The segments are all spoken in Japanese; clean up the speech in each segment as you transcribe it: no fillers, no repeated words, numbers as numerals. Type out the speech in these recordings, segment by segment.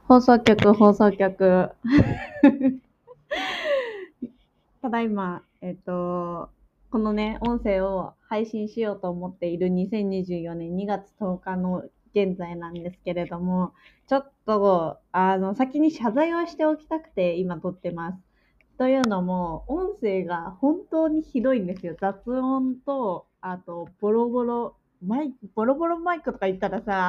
放送局。ただいま、このね、音声を配信しようと思っている2024年2月10日の現在なんですけれども、ちょっと、先に謝罪をしておきたくて今撮ってます。というのも、音声が本当にひどいんですよ。雑音と、あと、ボロボロマイクとか言ったらさ、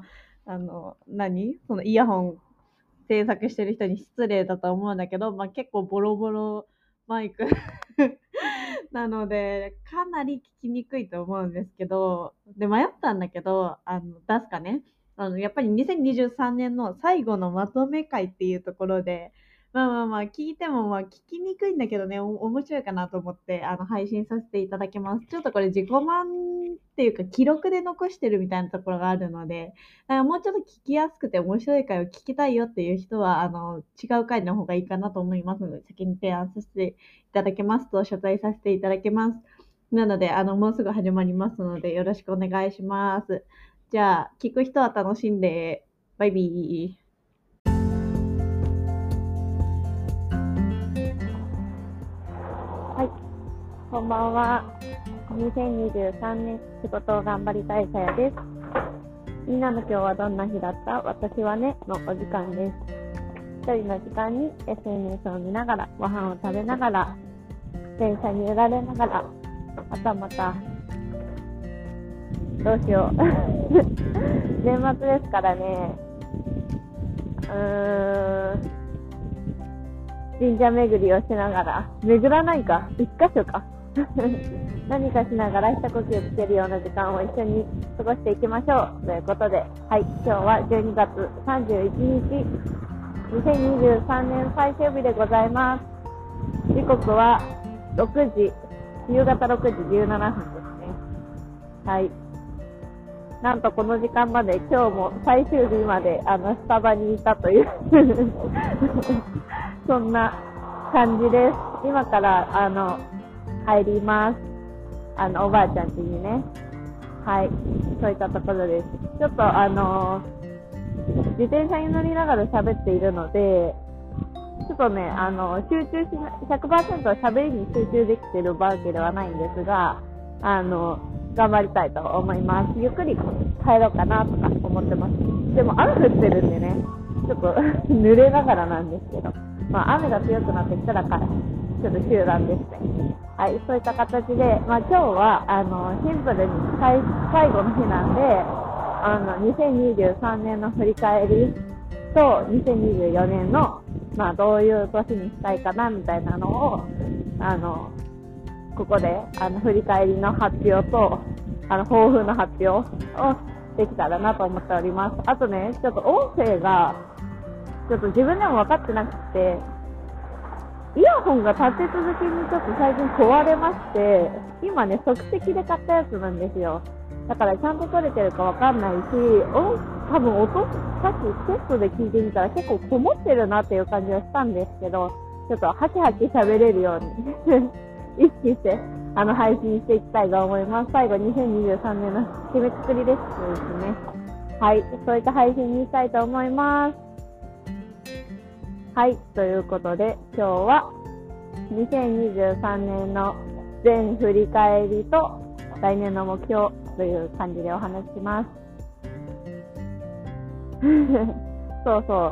そのイヤホン制作してる人に失礼だと思うんだけど、結構ボロボロマイクなので、かなり聞きにくいと思うんですけど、で、迷ったんだけど、出すかね。やっぱり2023年の最後のまとめ会っていうところで、聞いても聞きにくいんだけどね、面白いかなと思って、配信させていただきます。ちょっとこれ自己満っていうか、記録で残してるみたいなところがあるので、だからもうちょっと聞きやすくて面白い回を聞きたいよっていう人は、違う回の方がいいかなと思いますので、先に提案させていただけますと、謝罪させていただきます。なので、もうすぐ始まりますので、よろしくお願いします。じゃあ、聞く人は楽しんで、バイビー。はい、こんばんは。2023年仕事を頑張りたいさやです。みんなの今日はどんな日だった？私はねのお時間です。一人の時間に SNS を見ながら、ご飯を食べながら、電車に揺られながら、またまたどうしよう年末ですからね、神社巡りをしながら、巡らないか、一箇所か何かしながら一呼吸つけるような時間を一緒に過ごしていきましょうということで、はい、今日は12月31日2023年最終日でございます。時刻は夕方6時17分ですね。はい。なんとこの時間まで今日も最終日までスタバにいたというそんな感じです。今から入ります。おばあちゃん家にね。はい。そういったところです。ちょっと自転車に乗りながら喋っているので、ちょっとね、集中しな、100% 喋りに集中できているわけではないんですが、頑張りたいと思います。ゆっくり帰ろうかなとか思ってます。でも雨降ってるんでね、ちょっと濡れながらなんですけど、雨が強くなってきたらちょっと集団ですね。はい、そういった形で、今日はシンプルに最後の日なんで、2023年の振り返りと2024年のどういう年にしたいかなみたいなのをここで振り返りの発表と抱負の発表をできたらなと思っております。あとね、ちょっと音声がちょっと自分でも分かってなくて、イヤホンが立て続けにちょっと最近壊れまして、今ね即席で買ったやつなんですよ。だからちゃんと撮れてるか分かんないし、多分音さっきテストで聞いてみたら結構こもってるなっていう感じはしたんですけど、ちょっとハキハキ喋れるように意識して配信していきたいと思います。最後2023年の締めくくりですね。はい、そういった配信にしたいと思います。はい、ということで今日は2023年の全振り返りと来年の目標という感じでお話しします。そうそう。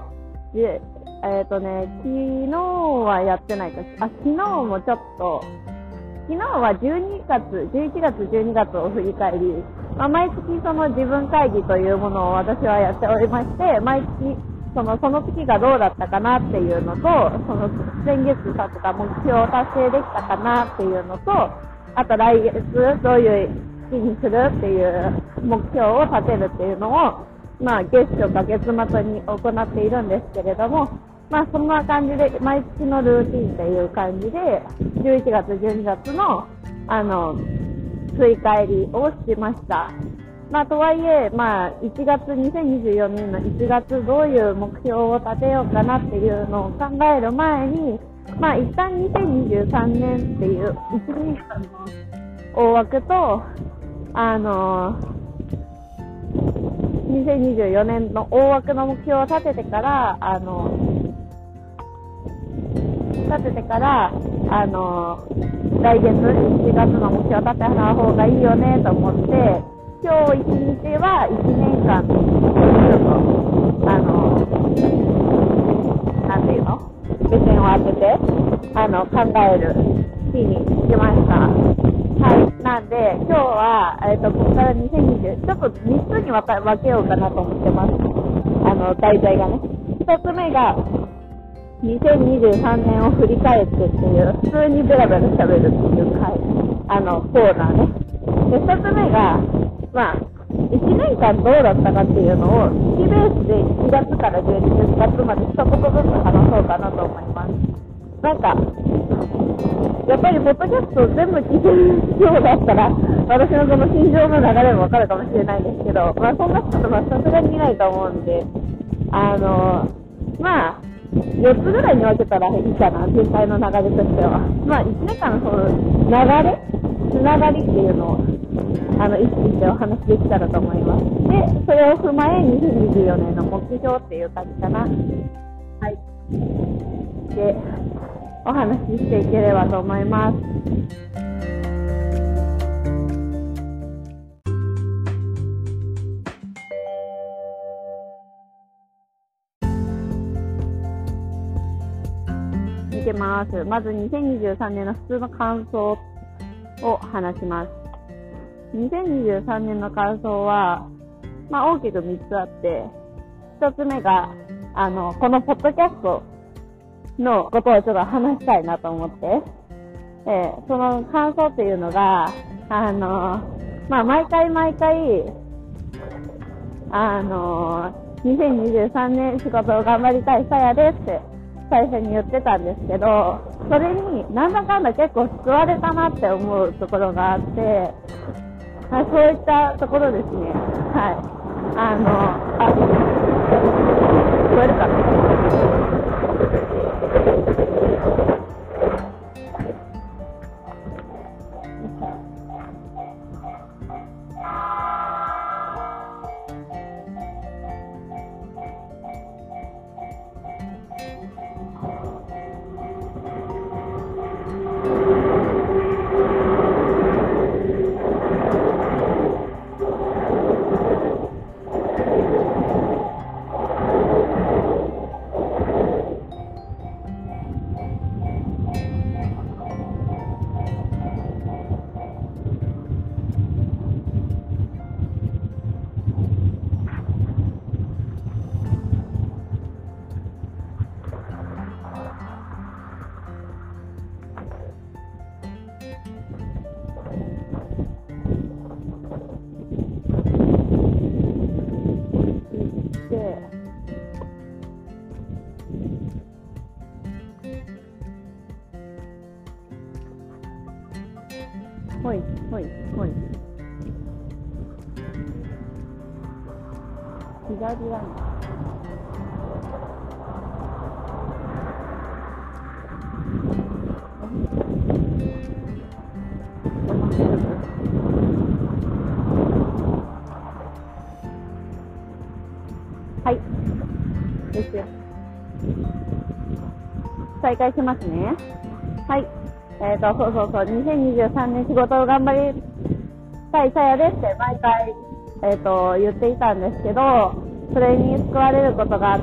で、昨日はやってないか。昨日もちょっと、昨日は11月、12月を振り返り、毎月その自分会議というものを私はやっておりまして、毎月その月がどうだったかなっていうのと、その先月立てた目標を達成できたかなっていうのと、あと来月どういう月にするっていう目標を立てるっていうのを、月初か月末に行っているんですけれども、そんな感じで毎月のルーティンっていう感じで11月12月の振り返りをしました。とはいえ2024年の1月どういう目標を立てようかなっていうのを考える前に、一旦2023年っていう1年間の大枠と 2024年の大枠の目標を立ててから、来月1月の目標を立てた方がいいよねと思って、今日1日は1年間、なんていうの？目線を当てて、考える日にしました。はい。なんで、今日は、ここから2020、ちょっと3つに分けようかなと思ってます。題材がね。1つ目が、2023年を振り返ってっていう、普通にベラベラ喋るっていうコーナーね。で、2つ目が、1年間どうだったかっていうのを、月ベースで1月から12月まで一言ずつ話そうかなと思います。なんか、やっぱりポッドキャストを全部聞いてるようだったら、私のこの心情の流れもわかるかもしれないんですけど、そんな人はさすがにいないと思うんで、4つぐらいに分けたらいいかな、全体の流れとしては。1年間のその流れ、つながりっていうのを、意識してお話できたらと思います。で、それを踏まえ、2024年の目標っていう感じかな。はい。で、お話ししていければと思います。いきます。まず2023年の普通の感想を話します。2023年の感想は、大きく3つあって、1つ目が、このポッドキャストのことをちょっと話したいなと思って、その感想っていうのが、毎回、2023年仕事を頑張りたいさやですって最初に言ってたんですけど、それになんだかんだ結構救われたなって思うところがあって、そういったところですね。はい。聞こえるかな？ほい。左だね。はい。ですよ。再開しますね。はい。2023年仕事を頑張りたいさやですって毎回、言っていたんですけど、それに救われることがあって、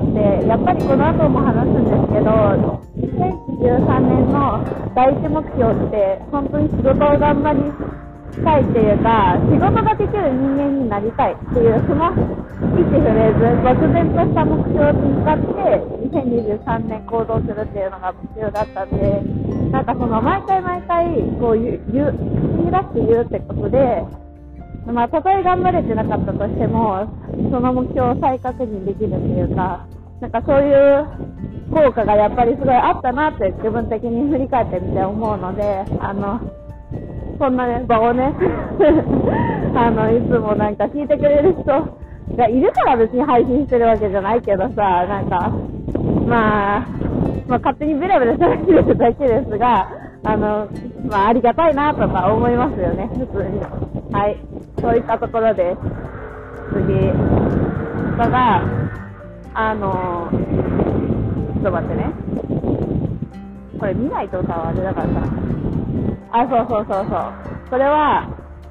やっぱりこの後も話すんですけど、2023年の第一目標って、本当に仕事を頑張りたいっていうか、仕事ができる人間になりたいっていう、その一フレーズ、漠然とした目標に向かって、2023年行動するっていうのが目標だったんで、なんかその毎回、こう言い出して言うってことで、たとえ頑張れてなかったとしても、その目標を再確認できるっていうか、なんかそういう効果がやっぱりすごいあったなって自分的に振り返ってみて思うので、そんなね、場をね、いつもなんか聞いてくれる人がいるから別に配信してるわけじゃないけどさ、なんか、勝手にベラベラ喋ってるだけですが、ありがたいなとか思いますよね、普通に。はい。そういったところです。次。 かが、ちょっと待ってね。これ見ないとさ、あれだからさ。そう。これは、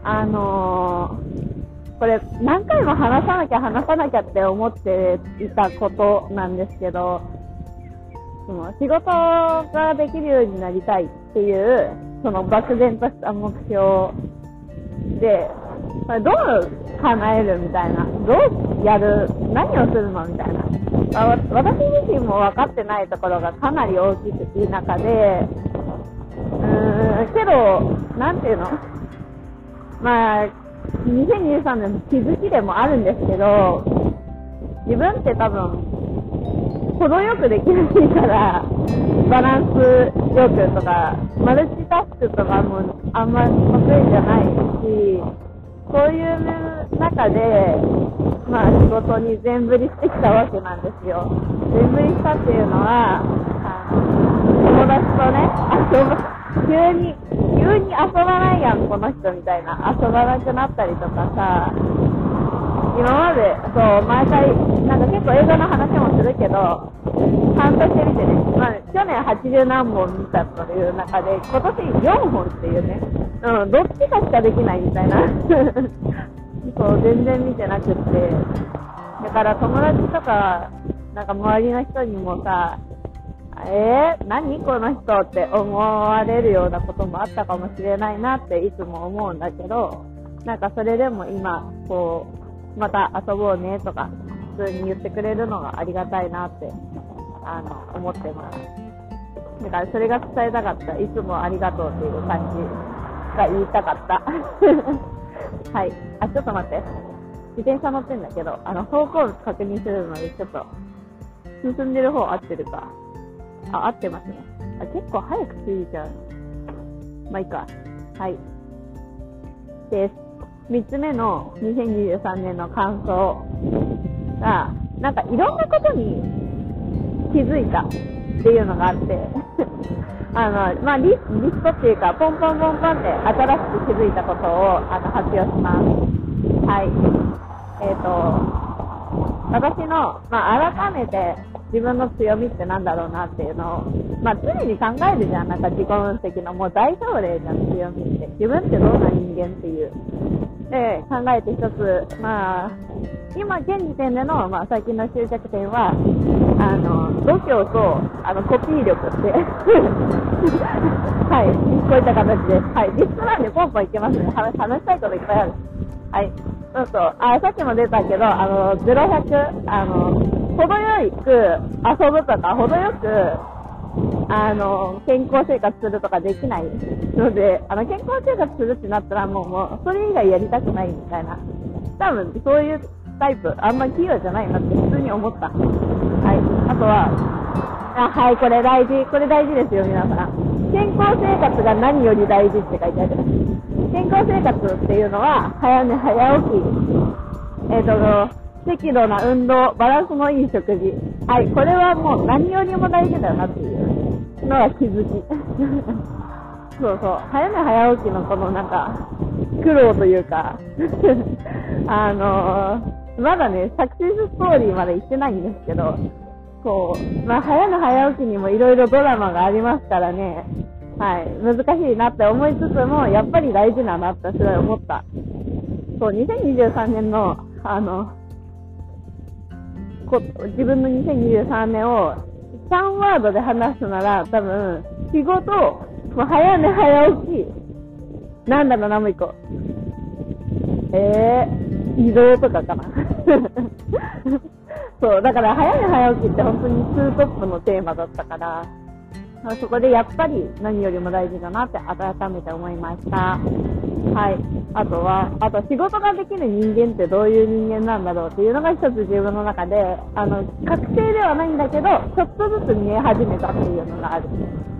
これ何回も話さなきゃって思っていたことなんですけど、その仕事ができるようになりたいっていう、その漠然とした目標で、これどう叶えるみたいな、どうやる、何をするのみたいな。私自身も分かってないところがかなり大きい中で、けど、なんていうの、まあ、2023年の気づきでもあるんですけど、自分って多分、程よくできないから、バランスよくとか、マルチタスクとかもあんまり得意じゃないし、そういう中で、まあ仕事に全振りしてきたわけなんですよ。全振りしたっていうのは、友達とね、急に遊ばないやん、この人みたいな。遊ばなくなったりとかさ、今まで、毎回、なんか結構映画の話もするけど、半年見てね、まあ、去年80何本見たという中で、今年4本っていうね、どっちかしかできないみたいな。そう、全然見てなくって。だから友達とか、なんか周りの人にもさ、何この人って思われるようなこともあったかもしれないなっていつも思うんだけど、なんかそれでも今、こう、また遊ぼうねとか、普通に言ってくれるのがありがたいなって、思ってます。だからそれが伝えたかった。いつもありがとうっていう感じが言いたかった。はい。ちょっと待って。自転車乗ってんだけど、方向確認するので、ちょっと、進んでる方合ってるか。合ってますね。結構早く過ぎちゃう。まあいいか。はい。です。3つ目の2023年の感想が、なんかいろんなことに気づいたっていうのがあって、まあリストっていうか、ポンポンポンポンって新しく気づいたことを発表します。はい。私の、まあ改めて自分の強みってなんだろうなっていうのを、まあ常に考えるじゃん。なんか自己分析のもう大表例じゃん、強みって。自分ってどんな人間っていう。で、考えて一つ、まあ、今現時点での、まあ最近の終着点は、度胸と、コピー力って。はい、こういった形です。はい、リストなんでポンポンいけますね。話したいこといっぱいある。はい。そうそう。さっきも出たけど、0100、程よく遊ぶとか、程よく、健康生活するとかできないので、健康生活するってなったらもう、それ以外やりたくないみたいな。多分、そういうタイプ、あんま器用じゃないなって普通に思った。はい。あとは、はい、これ大事ですよ、皆さん。健康生活が何より大事って書いてある。健康生活っていうのは、早寝早起き、適度な運動、バランスのいい食事。はい、これはもう何よりも大事だよなっていうのが気づき。そうそう、早寝早起きのこのなんか、苦労というか、まだね、サクセスストーリーまで行ってないんですけど、こう、まあ、早寝早起きにもいろいろドラマがありますからね、はい、難しいなって思いつつも、やっぱり大事だなってすごい思った。そう、2023年の、自分の2023年を3ワードで話すなら、多分、仕事、もう早寝早起き、なんだろうな、もう一個。移動とかかな。そう、だから早寝早起きって本当にツートップのテーマだったから、そこでやっぱり何よりも大事だなって改めて思いました。はい。あと仕事ができる人間ってどういう人間なんだろうっていうのが一つ自分の中で、確定ではないんだけど、ちょっとずつ見え始めたっていうのがある。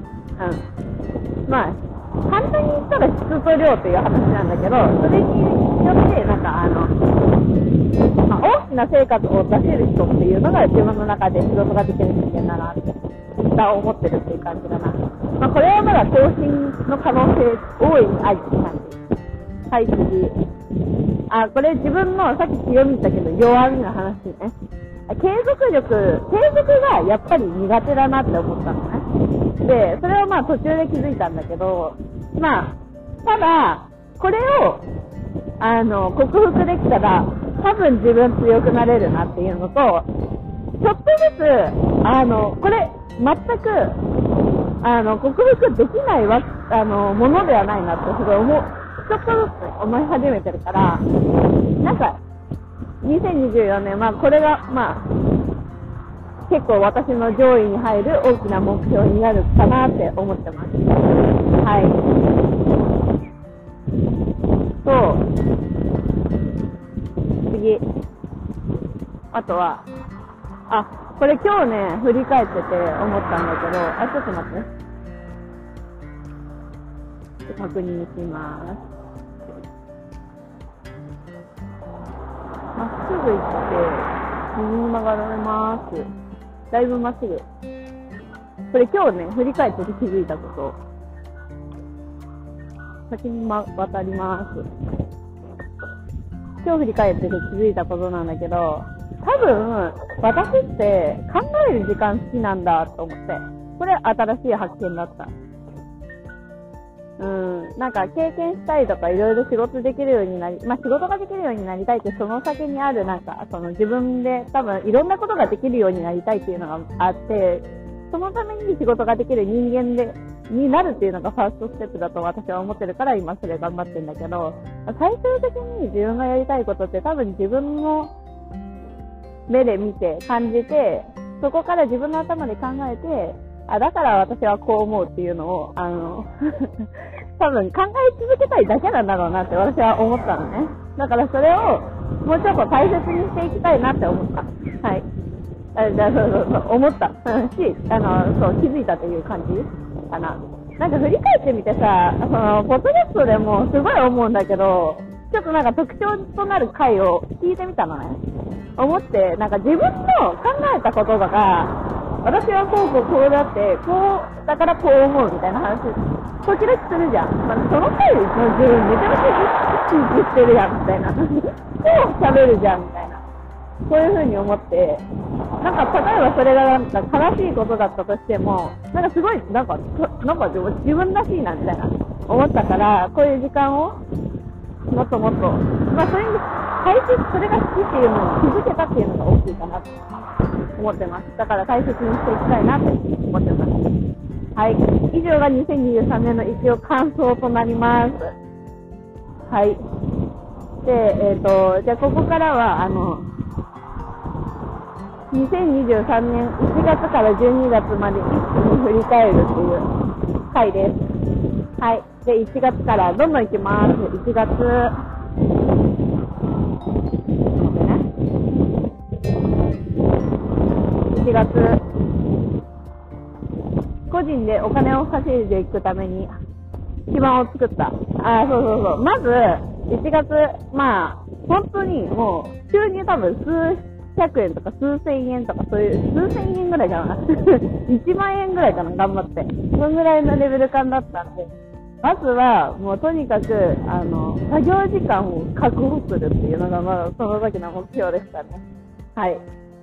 まあ、簡単に言ったら質と量っていう話なんだけど、それによって、なんかまあ、大きな成果を出せる人っていうのが自分の中で仕事ができる人間だなって、思ってるっていう感じだな。まあ、これはまだ更新の可能性大いにありって感じ。 はい、次。これ自分のさっき強み言ったけど、弱みの話ね。継続がやっぱり苦手だなって思ったのね。で、それをまあ途中で気づいたんだけど、まあ、ただ、これを、克服できたら、多分自分強くなれるなっていうのと、ちょっとずつ、これ、全く、克服できないものではないなってすごいちょっとずつ思い始めてるから、なんか、2024年、まあこれが、まあ、結構私の上位に入る大きな目標になるかなって思ってます。はい。次。あとは、これ今日ね、振り返ってて思ったんだけど、ちょっと待って。確認します。まっすぐ行って、右に曲がられます。だいぶまっすぐ。これ今日ね、振り返ってて気づいたこと。先に渡ります。今日振り返ってて気づいたことなんだけど、多分、私って考える時間好きなんだと思って。これ新しい発見だった。なんか経験したいとかいろいろ仕事できるようになり、まあ仕事ができるようになりたいってその先にあるなんか、その自分で多分いろんなことができるようになりたいっていうのがあって、そのために仕事ができる人間になるっていうのがファーストステップだと私は思ってるから今それ頑張ってるんだけど、最終的に自分がやりたいことって多分自分の目で見て感じて、そこから自分の頭で考えて、だから私はこう思うっていうのを、多分考え続けたいだけなんだろうなって私は思ったのね。だからそれをもうちょっと大切にしていきたいなって思った。はい。そう思った。し、そう、気づいたという感じかな。なんか振り返ってみてさ、ポッドキャストでもすごい思うんだけど、ちょっとなんか特徴となる回を聞いてみたのね。思って、なんか自分の考えたこととか、私はこうだって、だからこう思うみたいな話、時々するじゃん。その回の自分めちゃめちゃ生き生きしてるやん、みたいな。こう喋るじゃん、みたいな。そういう風に思って、なんか例えばそれがなんか悲しいことだったとしても、なんかすごい、なんか自分らしいな、みたいな思ったから、こういう時間をもっともっと、まあそれにそれが好きっていうのを気づけたっていうのが大きいかなと思ってます。だから大切にしていきたいなって思ってます。はい。以上が2023年の一応感想となります。はい。で、じゃあここからは、2023年1月から12月まで一気に振り返るっていう回です。はい。で、1月からどんどん行きます。1月、1月、個人でお金を稼いでいくために基盤を作った。そう。まず、1月、まあ、本当にもう、収入多分数百円とか数千円とかそういう、数千円ぐらいかな。1万円ぐらいかな、頑張って。そのぐらいのレベル感だったんで、まずは、もうとにかく、作業時間を確保するっていうのが、まあ、その時の目標でしたね。はい。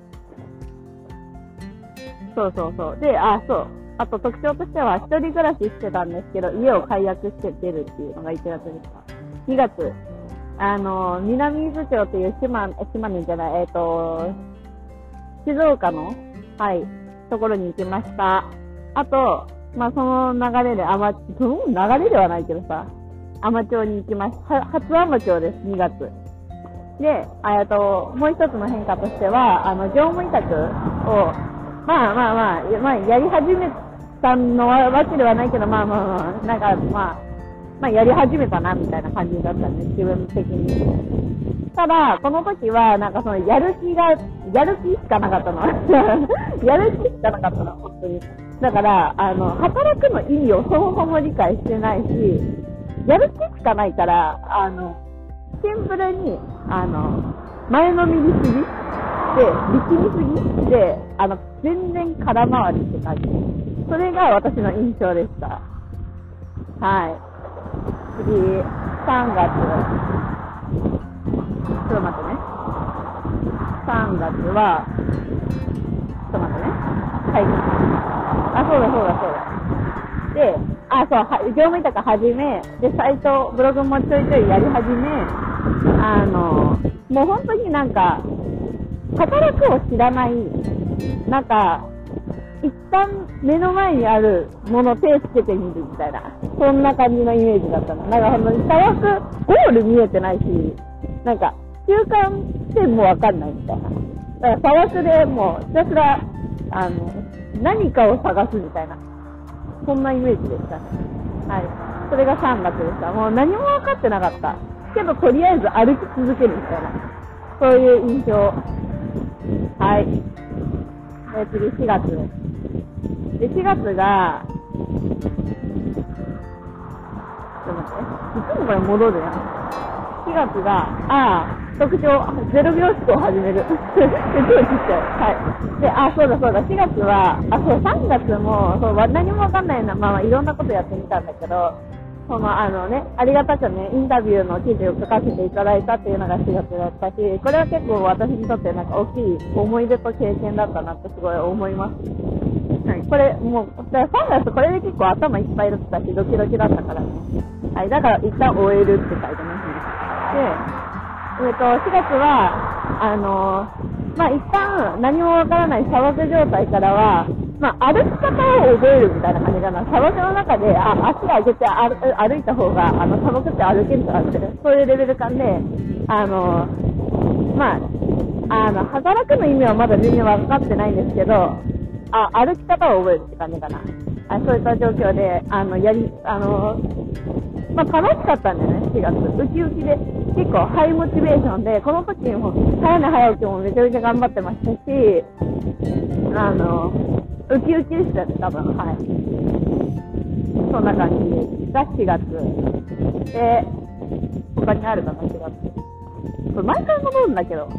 そう。で、そう。あと特徴としては、一人暮らししてたんですけど、家を解約して出るっていうのが1月でした。2月、南伊豆町っていう島根じゃない、静岡の、はい、ところに行きました。あと、まあ、その流れでその流れではないけどさ、海士町に行きました。初海士町です、2月。で、もう一つの変化としては、業務委託を、まあ、やり始めたのはわけではないけど、なんか、やり始めたな、みたいな感じだったんです、自分的に。ただ、この時は、なんかその、やる気しかなかったの。やる気しかなかったの、本当に。だから、働くの意味をそもそも理解してないし、やる気しかないから、シンプルに、前のめりすぎで、力みすぎで、全然空回りって感じ。それが私の印象でした。はい。次。 3月。ちょっと待ってね。3月は、ちょっと待ってね。はい。あ、そうだ。で、そう、業務委託始め、で、サイト、ブログもちょいちょいやり始め、もう本当になんか、働くを知らない、なんか、一旦目の前にあるものを手つけてみるみたいな、そんな感じのイメージだったの。なんかほんとに砂漠、ゴール見えてないし、なんか、中間点もわかんないみたいな。だから砂漠でもう、ひたすら、何かを探すみたいな、そんなイメージでしたね。はい。それが3月でした。もう何も分かってなかった。けど、とりあえず歩き続けるみたいな、そういう印象。はい。次、4月。で、4月が、ちょっと待って。いつもこれ戻るやん。4月が、特徴、0秒思考を始める。超ちっちゃい。はい。で、そうだ。4月は、そう、3月も、そう、何もわかんないな。まあ、いろんなことやってみたんだけど、ありがたくね、インタビューの記事を書かせていただいたっていうのが4月だったし、これは結構私にとってなんか大きい思い出と経験だったなってすごい思います。はい。これ、もう、3月これで結構頭いっぱいだったし、ドキドキだったからね。はい。だから一旦終えるって書いてますね。で、4月は、一旦何もわからない砂漠状態からは、歩き方を覚えるみたいな感じかな。砂漠の中で、足が上げて歩いた方が、砂漠って歩けるからって、そういうレベル感で、働くの意味はまだ全然分かってないんですけど、歩き方を覚えるって感じかな。そういった状況で、楽しかったんだよね、4月。ウキウキで、結構ハイモチベーションで、この時も、早寝早起きもめちゃめちゃ頑張ってましたし、ウキウキでしたね、多分、はい。そんな感じが4月。で、他にあるかな、4月。これ毎回戻るんだけど。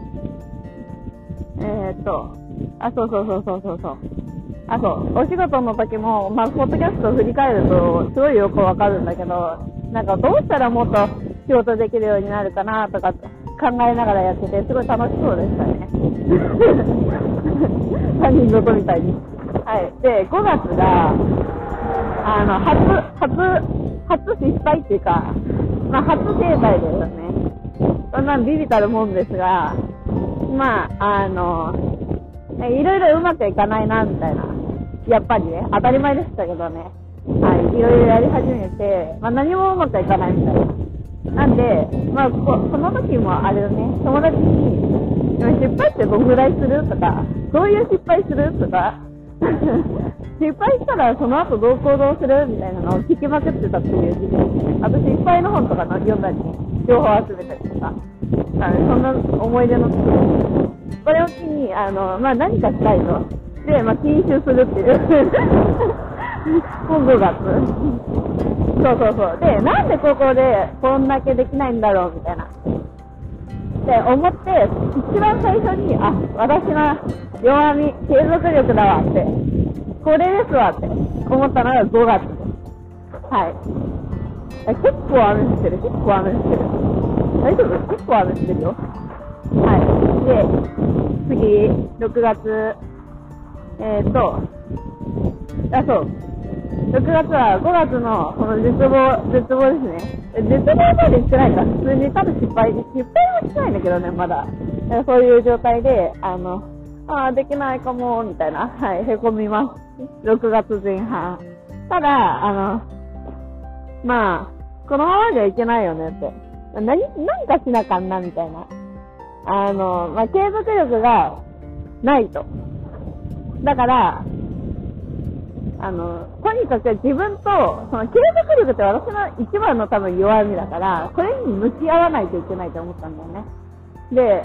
そう、お仕事の時も、ポッドキャストを振り返ると、すごいよくわかるんだけど、なんかどうしたらもっと仕事できるようになるかなとか考えながらやってて、すごい楽しそうでしたね。他人事みたいに。はい。で、5月が、初失敗っていうか、初正解ですよね。そんなんビビたるもんですが、いろいろうまくいかないな、みたいな。やっぱりね、当たり前でしたけどね。はい、いろいろやり始めて、何もうまくいかないみたいな。なんで、この時もあれだね、友達に、失敗ってどんぐらいするとか、どういう失敗するとか、失敗したらその後どう行動するみたいなのを聞きまくってたっていう時期。私、失敗の本とか読んだりね、情報集めたりとか、そんな思い出の時期。これを機に、何かしたいと。で、禁酒するっていう。もう5月。そう。で、なんでここでこんだけできないんだろうみたいな。って思って、一番最初に、私の弱み、継続力だわって、これですわって思ったのが5月。はい。結構雨降ってる。大丈夫？結構雨降ってるよ。はい。で、次、6月、6月は5月のこの絶望ですね。絶望までしてないから、普通に多分失敗もしてないんだけどね、まだ。そういう状態で、できないかも、みたいな、はい、へこみます。6月前半。ただ、このままじゃいけないよねって。何かしなかんな、みたいな。継続力がないと。だから、とにかく自分と、その継続力って私の一番の多分弱みだから、これに向き合わないといけないと思ったんだよね。で、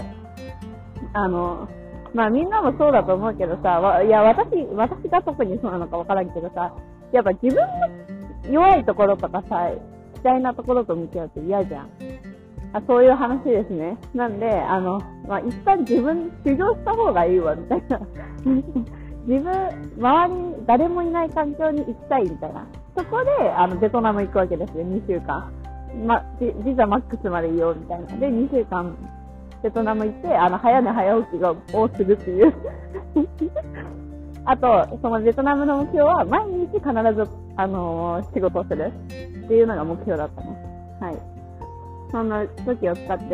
みんなもそうだと思うけどさ、いや、私が特にそうなのかわからんけどさ、やっぱ自分の弱いところとかさ、嫌いなところと向き合うと嫌じゃん。そういう話ですね。なんで、一旦自分修行した方がいいわ、みたいな。自分、周りに誰もいない環境に行きたいみたいな。そこで、ベトナム行くわけですよ、2週間。 ビザマックスまでいいよ、みたいな。で、2週間、ベトナム行って、早寝早起きをするっていう。あと、そのベトナムの目標は、毎日必ず、仕事をするっていうのが目標だったね。はい。そんな時を使って、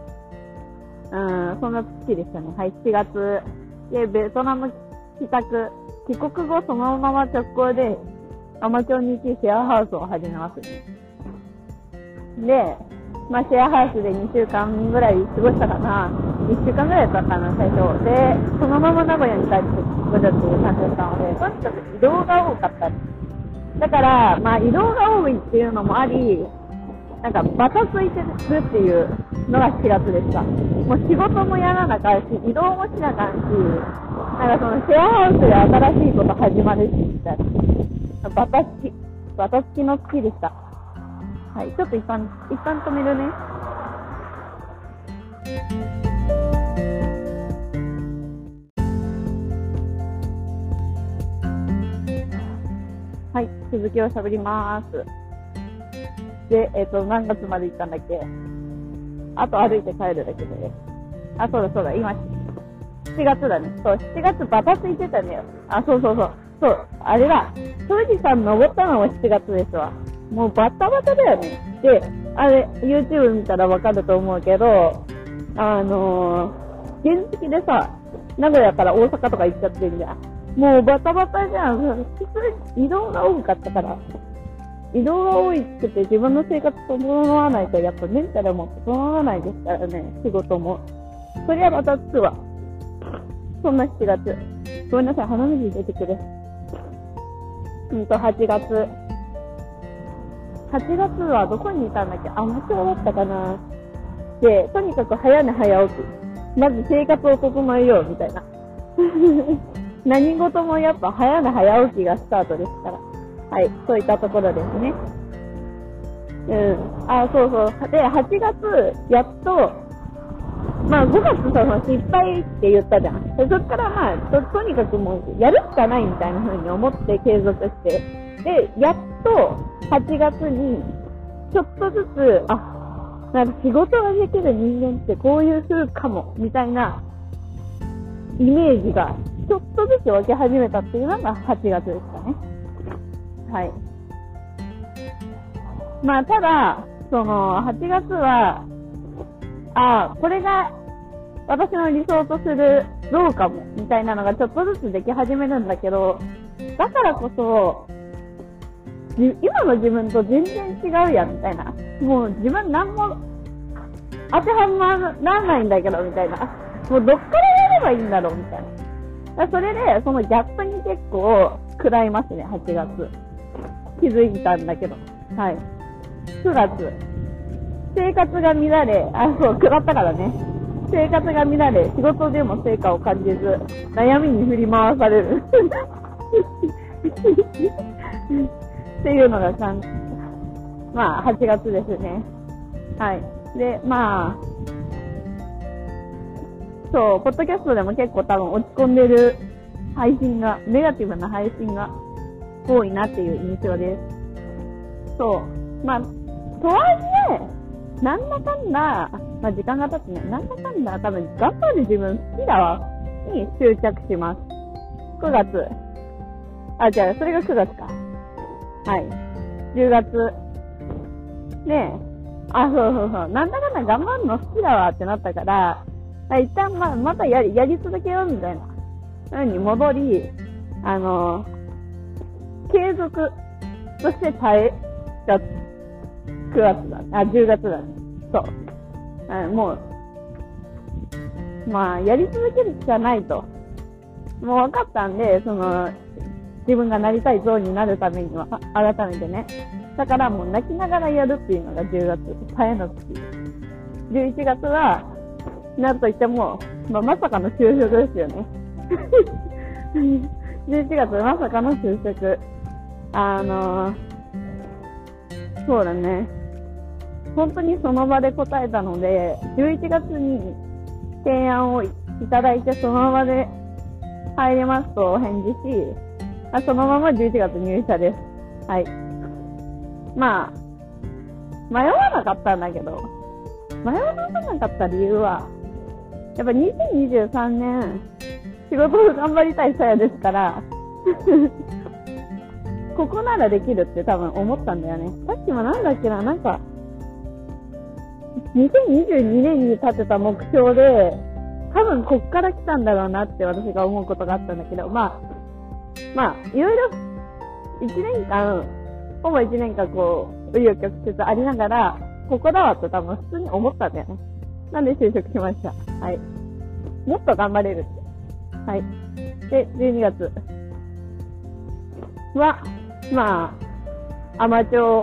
そんな月でしたね。はい、7月。で、ベトナム帰国後そのまま直行で、アマチュアに行きシェアハウスを始めますね。で、シェアハウスで2週間ぐらい過ごしたかな。1週間ぐらいだったかな、最初。で、そのまま名古屋に帰ってくるっていう感じだったので、とにかく移動が多かった。だから、移動が多いっていうのもあり、なんかバタついてるっていうのが4月でした。もう仕事もやらなかんし、移動もしなかんし、なんかそのシェアハウスで新しいこと始まるし、みたいな。バタつきの月でした。はい、ちょっと一旦止めるね。はい、続きを喋ります。で、何月まで行ったんだっけ？あと歩いて帰るだけで。そうだ、今、7月だね。そう、7月バタついてたんだよ。そう、あれだ。富士山登ったのも7月ですわ。もうバタバタだよね。で、YouTube 見たらわかると思うけど、原付でさ、名古屋から大阪とか行っちゃってるじゃん。もうバタバタじゃん。普通に移動が多かったから。移動が多くて自分の生活整わないと、やっぱメンタルも整わないですからね、仕事も。そりゃバタつくわ。そんな7月。ごめんなさい、鼻水出てくる。8月。8月はどこにいたんだっけ？アマチュアだったかな。で、とにかく早寝早起き。まず生活を整えようみたいな。何事もやっぱ早寝早起きがスタートですから。はい、そういったところですね。そう。で、8月、やっと、5月失敗って言ったじゃん。でそっからとにかくもう、やるしかないみたいな風に思って継続して。で、やっと、8月に、ちょっとずつ、なんか仕事ができる人間ってこういう風かも、みたいな、イメージが、ちょっとずつ分け始めたっていうのが8月ですかね。はい。ただ、8月は、これが私の理想とするどうかも、みたいなのがちょっとずつでき始めるんだけど、だからこそ、今の自分と全然違うやん、みたいな。もう自分何も当てはまらないんだけど、みたいな。もうどっからやればいいんだろう、みたいな。それで、そのギャップに結構食らいますね、8月。気づいたんだけど。はい。9月。生活が乱れ、食らったからね。生活が乱れ、仕事でも成果を感じず、悩みに振り回される。っていうのが8月ですね。はい。で、そう、ポッドキャストでも結構多分落ち込んでる配信が、ネガティブな配信が多いなっていう印象です。そう。とはいえ、なんだかんだ、時間が経ってね、なんだかんだ多分頑張る自分好きだわ、に執着します。9月。それが9月か。はい。10月。ねえ。そう。なんだかんだ頑張るの好きだわってなったから、一旦またやり続けようみたいな。風に戻り、継続として耐えた9月だね。10月だね。そう。もう、やり続けるしかないと。もう分かったんで、自分がなりたい像になるためには、改めてね。だからもう泣きながらやるっていうのが10月、耐えの月。11月は、なんといっても、まさかの就職ですよね。11月、まさかの就職。そうだね。本当にその場で答えたので、11月に提案をいただいて、その場で入れますとお返事し、そのまま11月入社です。はい。 迷わなかったんだけど、迷わなかった理由は、やっぱ2023年、仕事を頑張りたいさやですから、ここならできるって多分思ったんだよね。さっきもなんだっけな、なんか、2022年に立てた目標で、多分こっから来たんだろうなって私が思うことがあったんだけど、まあ、いろいろ、1年間、ほぼ1年間こう、紆余曲折ありながら、ここだわって多分普通に思ったんだよね。なんで就職しました。はい。もっと頑張れるって。はい。で、12月は、まあ、アマチュア、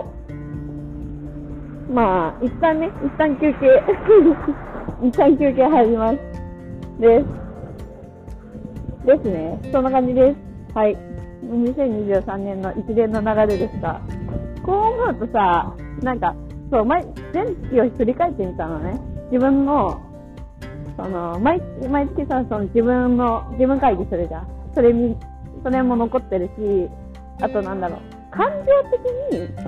まあ、一旦休憩。一旦休憩入ります。ですね。そんな感じです。はい。2023年の一連の流れでした。こう思うとさ、なんか、そう、前月を振り返ってみたのね。自分の、毎月さ、自分会議するじゃん。それも残ってるし、あとなんだろう、感情的に、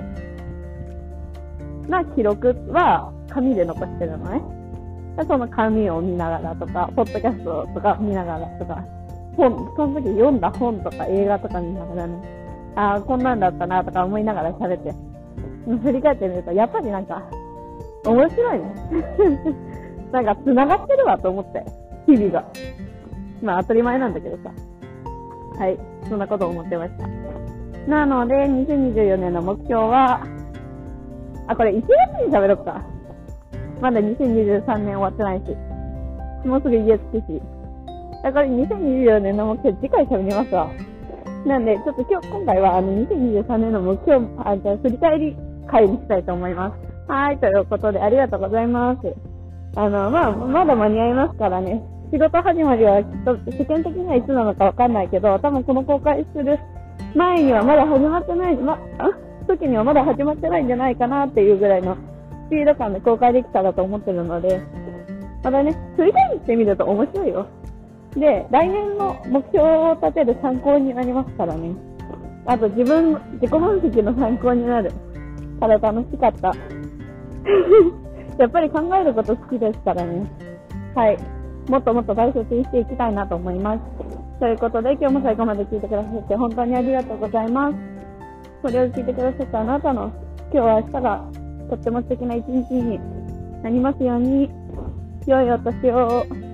な記録は紙で残してるのね。その紙を見ながらとか、ポッドキャストとか見ながらとか、その時読んだ本とか映画とか見ながらね、ああ、こんなんだったなとか思いながら喋って、振り返ってみると、やっぱりなんか、面白いね。なんか繋がってるわと思って、日々が。まあ当たり前なんだけどさ。はい、そんなことを思ってました。なので、2024年の目標は、これ1月に喋ろうか。まだ2023年終わってないし。もうすぐ家着くし。だから2024年の目標、次回喋りますわ。なんで、ちょっと今回は2023年の目標、じゃあ振り返り会にしたいと思います。はい、ということでありがとうございます。まだ間に合いますからね。仕事始まりはきっと世間的にはいつなのかわかんないけど、多分この公開する前にはまだ始まってない、時にはまだ始まってないんじゃないかなっていうぐらいのスピード感で公開できたらと思ってるので、またね、振り返ってみると面白いよ。で、来年の目標を立てる参考になりますからね。あと自己分析の参考になるから楽しかった。やっぱり考えること好きですからね。はい。もっともっと大切にしていきたいなと思います。ということで、今日も最後まで聞いてくださって本当にありがとうございます。これを聞いてくださったあなたの今日は明日がとっても素敵な一日になりますように、良いお年を。